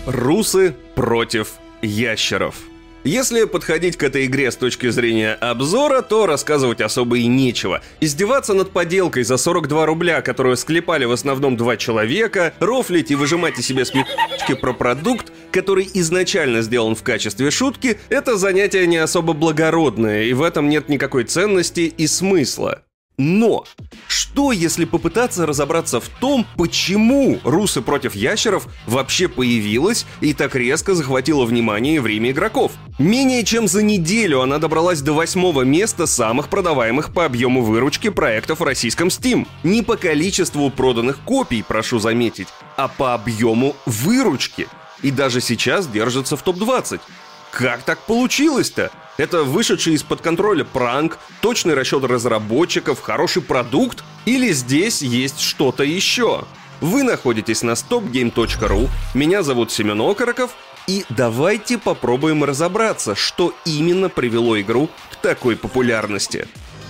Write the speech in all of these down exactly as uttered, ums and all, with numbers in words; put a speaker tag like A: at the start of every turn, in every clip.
A: Русы против ящеров. Если подходить к этой игре с точки зрения обзора, то рассказывать особо и нечего. Издеваться над поделкой за сорок два рубля, которую склепали в основном два человека, рофлить и выжимать из себя смешки про продукт, который изначально сделан в качестве шутки, это занятие не особо благородное, и в этом нет никакой ценности и смысла. Но что, если попытаться разобраться в том, почему «Русы против ящеров» вообще появилась и так резко захватила внимание в время игроков? Менее чем за неделю она добралась до восьмого места самых продаваемых по объему выручки проектов в российском Steam. Не по количеству проданных копий, прошу заметить, а по объему выручки. И даже сейчас держится в топ двадцать. Как так получилось-то? Это вышедший из-под контроля пранк, точный расчет разработчиков, хороший продукт? Или здесь есть что-то еще? Вы находитесь на stopgame точка ру, меня зовут Семен Окороков, и давайте попробуем разобраться, что именно привело игру к такой популярности.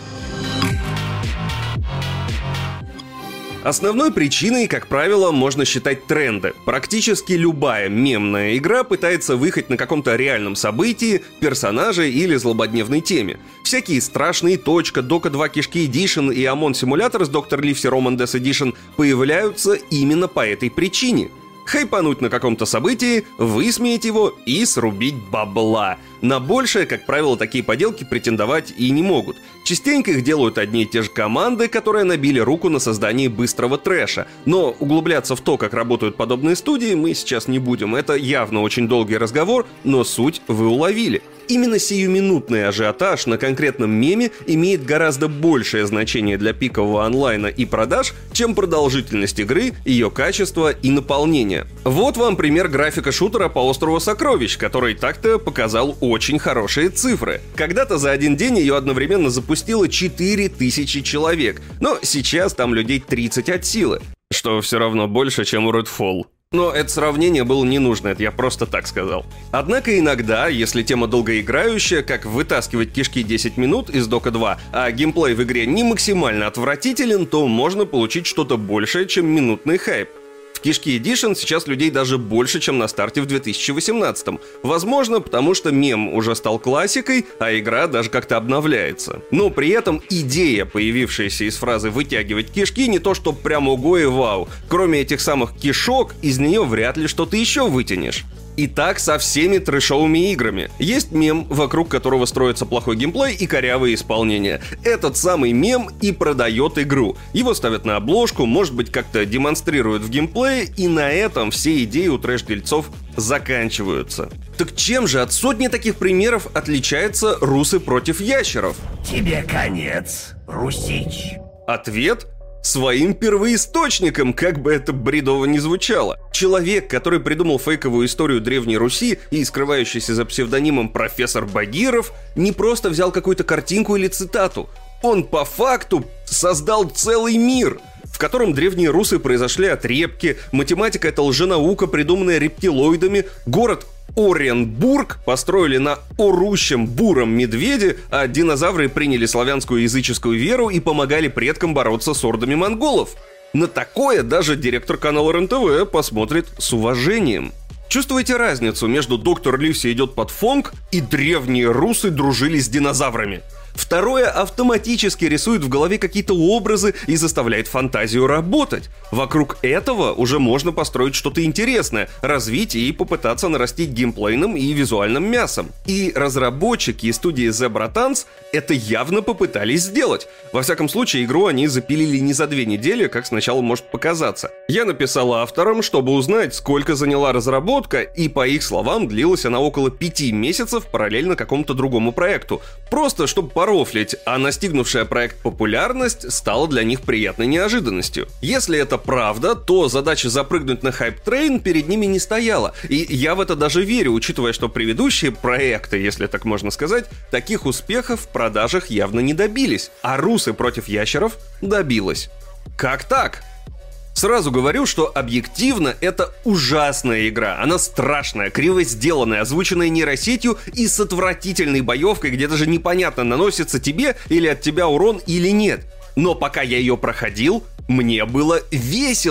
A: Основной причиной, как правило, можно считать тренды. Практически любая мемная игра пытается выехать на каком-то реальном событии, персонаже или злободневной теме. Всякие страшные точка, Дока два Кишки Эдишн и ОМОН Симулятор с доктор Ливси Роман Дес Эдишн появляются именно по этой причине. Хайпануть на каком-то событии, высмеять его и срубить бабла. На большее, как правило, такие поделки претендовать и не могут. Частенько их делают одни и те же команды, которые набили руку на создании быстрого трэша. Но углубляться в то, как работают подобные студии, мы сейчас не будем. Это явно очень долгий разговор, но суть вы уловили. Именно сиюминутный ажиотаж на конкретном меме имеет гораздо большее значение для пикового онлайна и продаж, чем продолжительность игры, ее качество и наполнение. Вот вам пример графика шутера по острову Сокровищ, который так-то показал очень хорошие цифры. Когда-то за один день ее одновременно запустило четыре тысячи человек, но сейчас там людей тридцать от силы, что все равно больше, чем у Redfall. Но это сравнение было не нужно, это я просто так сказал. Однако иногда, если тема долгоиграющая, как вытаскивать кишки десять минут из Дока два, а геймплей в игре не максимально отвратителен, то можно получить что-то большее, чем минутный хайп. В Кишки Эдишн сейчас людей даже больше, чем на старте в две тысячи восемнадцатом. Возможно, потому что мем уже стал классикой, а игра даже как-то обновляется. Но при этом идея, появившаяся из фразы «вытягивать кишки», не то что прям ого и вау. Кроме этих самых кишок, из нее вряд ли что-то еще вытянешь. И так со всеми трэшовыми играми. Есть мем, вокруг которого строится плохой геймплей и корявые исполнения. Этот самый мем и продает игру. Его ставят на обложку, может быть, как-то демонстрируют в геймплее, и на этом все идеи у трэш-дельцов заканчиваются. Так чем же от сотни таких примеров отличаются «Русы против ящеров»?
B: Тебе конец, Русич.
A: Ответ – своим первоисточником, как бы это бредово ни звучало. Человек, который придумал фейковую историю Древней Руси и скрывающийся за псевдонимом профессор Багиров, не просто взял какую-то картинку или цитату. Он по факту создал целый мир, в котором древние русы произошли от репки, математика — это лженаука, придуманная рептилоидами, город Оренбург построили на орущем буром медведе, а динозавры приняли славянскую языческую веру и помогали предкам бороться с ордами монголов. На такое даже директор канала РЕН-ТВ посмотрит с уважением. Чувствуете разницу между «Доктор Ливси идет под фонк» и «Древние русы дружили с динозаврами»? Второе автоматически рисует в голове какие-то образы и заставляет фантазию работать. Вокруг этого уже можно построить что-то интересное, развить и попытаться нарастить геймплейным и визуальным мясом. И разработчики из студии Zebra это явно попытались сделать. Во всяком случае, игру они запилили не за две недели, как сначала может показаться. Я написал авторам, чтобы узнать, сколько заняла разработка, и по их словам, длилась она около пяти месяцев параллельно какому-то другому проекту. Просто чтобы порофлить, а настигнувшая проект популярность стала для них приятной неожиданностью. Если это правда, то задача запрыгнуть на хайп-трейн перед ними не стояла. И я в это даже верю, учитывая, что предыдущие проекты, если так можно сказать, таких успехов в продажах явно не добились. А «Русы против ящеров» добилась. Как так? Сразу говорю, что объективно это ужасная игра. Она страшная, криво сделанная, озвученная нейросетью и с отвратительной боевкой, где даже непонятно, наносится тебе или от тебя урон или нет. Но пока я ее проходил, мне было весело.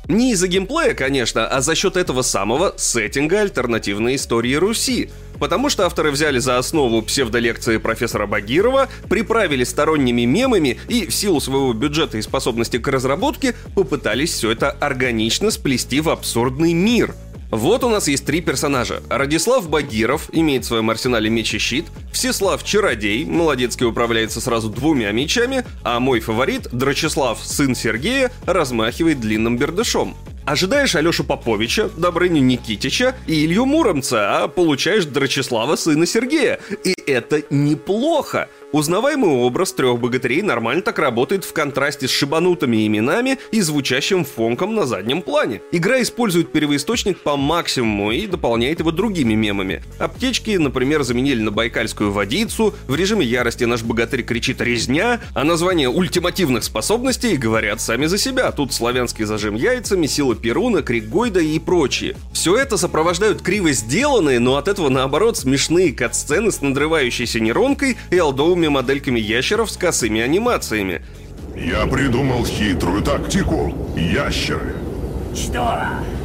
A: Не из-за геймплея, конечно, а за счет этого самого сеттинга альтернативной истории Руси. Потому что авторы взяли за основу псевдолекции профессора Багирова, приправили сторонними мемами и в силу своего бюджета и способности к разработке попытались все это органично сплести в абсурдный мир. Вот у нас есть три персонажа. Радислав Багиров имеет в своем арсенале меч и щит, Всеслав Чародей, молодецкий управляется сразу двумя мечами, а мой фаворит, Драчеслав, сын Сергея, размахивает длинным бердышом. Ожидаешь Алешу Поповича, Добрыню Никитича и Илью Муромца, а получаешь Драчеслава, сына Сергея. И это неплохо. Узнаваемый образ трех богатырей нормально так работает в контрасте с шибанутыми именами и звучащим фонком на заднем плане. Игра использует первоисточник по максимуму и дополняет его другими мемами. Аптечки, например, заменили на байкальскую водицу, в режиме ярости наш богатырь кричит «резня», а названия ультимативных способностей говорят сами за себя. Тут славянский зажим яйцами, сила Перуна, крик Гойда и прочие. Все это сопровождают криво сделанные, но от этого наоборот смешные кат-сцены с надрывающейся нейронкой и олдовыми модельками ящеров с косыми анимациями.
C: Я придумал хитрую тактику. Ящеры.
B: Что?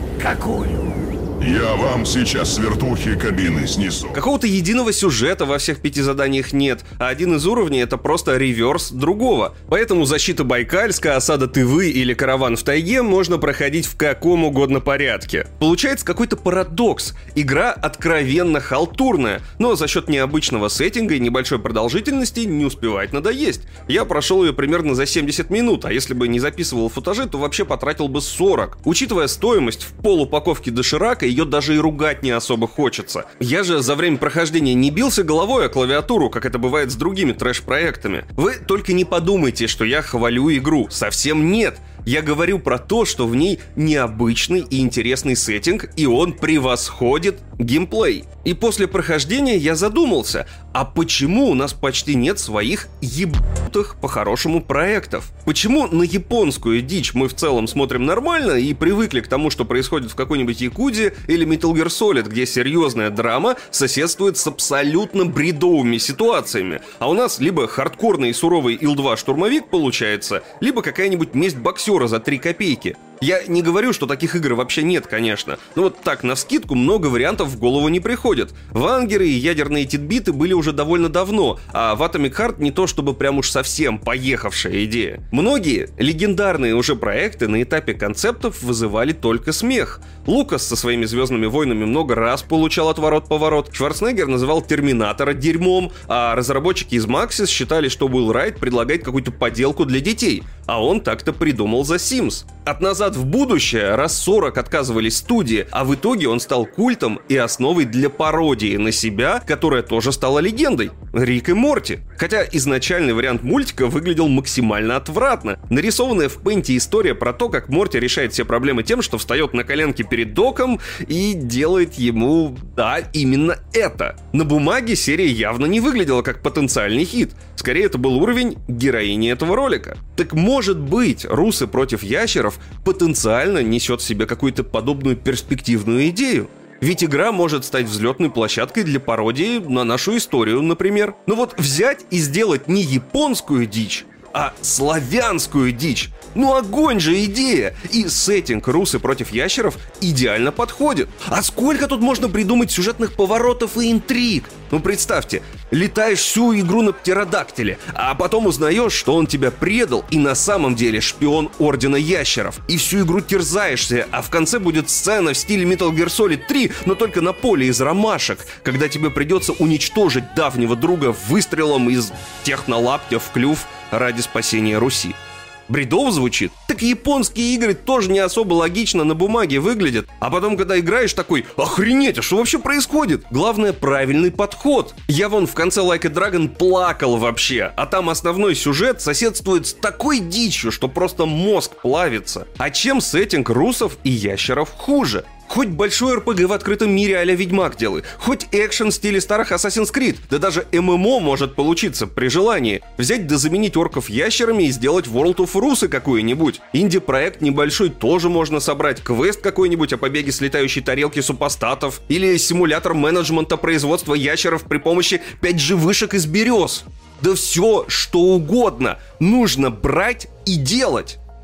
B: Какую?
C: Я вам сейчас с вертухи кабины снесу.
A: Какого-то единого сюжета во всех пяти заданиях нет, а один из уровней — это просто реверс другого. Поэтому защита Байкальска, осада Тывы или караван в тайге можно проходить в каком угодно порядке. Получается какой-то парадокс. Игра откровенно халтурная, но за счет необычного сеттинга и небольшой продолжительности не успевает надоесть. Я прошел ее примерно за семьдесят минут, а если бы не записывал футажи, то вообще потратил бы сорок. Учитывая стоимость в полупаковке доширака, ее даже и ругать не особо хочется. Я же за время прохождения не бился головой о клавиатуру, как это бывает с другими трэш-проектами. Вы только не подумайте, что я хвалю игру. Совсем нет. Я говорю про то, что в ней необычный и интересный сеттинг, и он превосходит геймплей. И после прохождения я задумался, а почему у нас почти нет своих ебутых по-хорошему проектов? Почему на японскую дичь мы в целом смотрим нормально и привыкли к тому, что происходит в какой-нибудь Якудзе или Metal Gear Solid, где серьезная драма соседствует с абсолютно бредовыми ситуациями, а у нас либо хардкорный и суровый ил два штурмовик получается, либо какая-нибудь месть боксера за три копейки. Я не говорю, что таких игр вообще нет, конечно, но вот так навскидку много вариантов в голову не приходит. Вангеры и ядерные титбиты были уже довольно давно, а в Atomic Heart не то чтобы прям уж совсем поехавшая идея. Многие легендарные уже проекты на этапе концептов вызывали только смех. Лукас со своими «Звездными войнами» много раз получал отворот-поворот, Шварценеггер называл «Терминатора» дерьмом, а разработчики из Maxis считали, что Уилл Райт предлагает какую-то поделку для детей, а он так-то придумал The Sims. От «Назад в будущее» раз сорок отказывались студии, а в итоге он стал культом и основой для пародии на себя, которая тоже стала легендой. Рик и Морти. Хотя изначальный вариант мультика выглядел максимально отвратно. Нарисованная в Пенте история про то, как Морти решает все проблемы тем, что встает на коленки перед Доком и делает ему, да, именно это. На бумаге серия явно не выглядела как потенциальный хит. Скорее, это был уровень героини этого ролика. Так может быть, «Русы против ящеров» потенциально несет в себе какую-то подобную перспективную идею? Ведь игра может стать взлетной площадкой для пародии на нашу историю, например. Но вот взять и сделать не японскую дичь, а славянскую дичь. Ну огонь же идея! И сеттинг «Русы против ящеров» идеально подходит. А сколько тут можно придумать сюжетных поворотов и интриг? Ну представьте, летаешь всю игру на птеродактиле, а потом узнаешь, что он тебя предал и на самом деле шпион Ордена Ящеров. И всю игру терзаешься, а в конце будет сцена в стиле Metal Gear Solid три, но только на поле из ромашек, когда тебе придется уничтожить давнего друга выстрелом из технолаптя в клюв ради спасения Руси. Бредово звучит? Так японские игры тоже не особо логично на бумаге выглядят. А потом, когда играешь, такой: охренеть, а что вообще происходит? Главное, правильный подход. Я вон в конце Like a Dragon плакал вообще. А там основной сюжет соседствует с такой дичью, что просто мозг плавится. А чем сеттинг русов и ящеров хуже? Хоть большой эр пи джи в открытом мире а-ля Ведьмак делай, хоть экшен в стиле старых Assassin's Creed, да даже эм эм о может получиться при желании. Взять да заменить орков ящерами и сделать World of Русы какую-нибудь. Инди-проект небольшой тоже можно собрать, квест какой-нибудь о побеге с летающей тарелки супостатов, или симулятор менеджмента производства ящеров при помощи пять джи вышек из берез. Да все, что угодно, нужно брать и делать.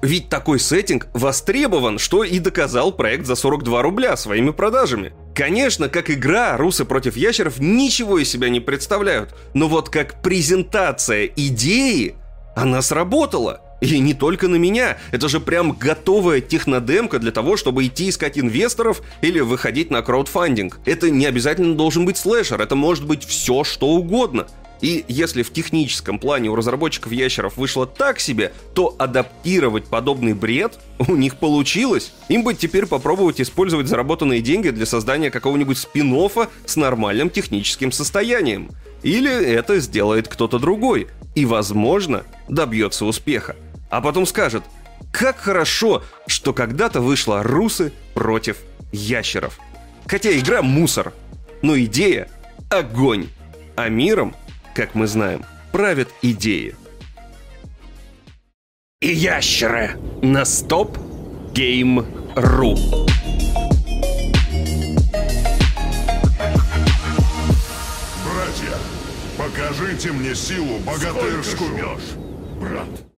A: Ведь такой сеттинг востребован, что и доказал проект за сорок два рубля своими продажами. Конечно, как игра «Русы против ящеров» ничего из себя не представляют, но вот как презентация идеи она сработала. И не только на меня, это же прям готовая технодемка для того, чтобы идти искать инвесторов или выходить на краудфандинг. Это не обязательно должен быть слэшер, это может быть все, что угодно. И если в техническом плане у разработчиков ящеров вышло так себе, то адаптировать подобный бред у них получилось. Им бы теперь попробовать использовать заработанные деньги для создания какого-нибудь спин-оффа с нормальным техническим состоянием. Или это сделает кто-то другой и, возможно, добьется успеха. А потом скажет: как хорошо, что когда-то вышла «Русы против ящеров». Хотя игра мусор, но идея — огонь. А миром, как мы знаем, правят идеи. И ящеры на стоп гейм точка ру.
C: Братья, покажите мне силу богатырскую.
B: Сколько жмешь, брат?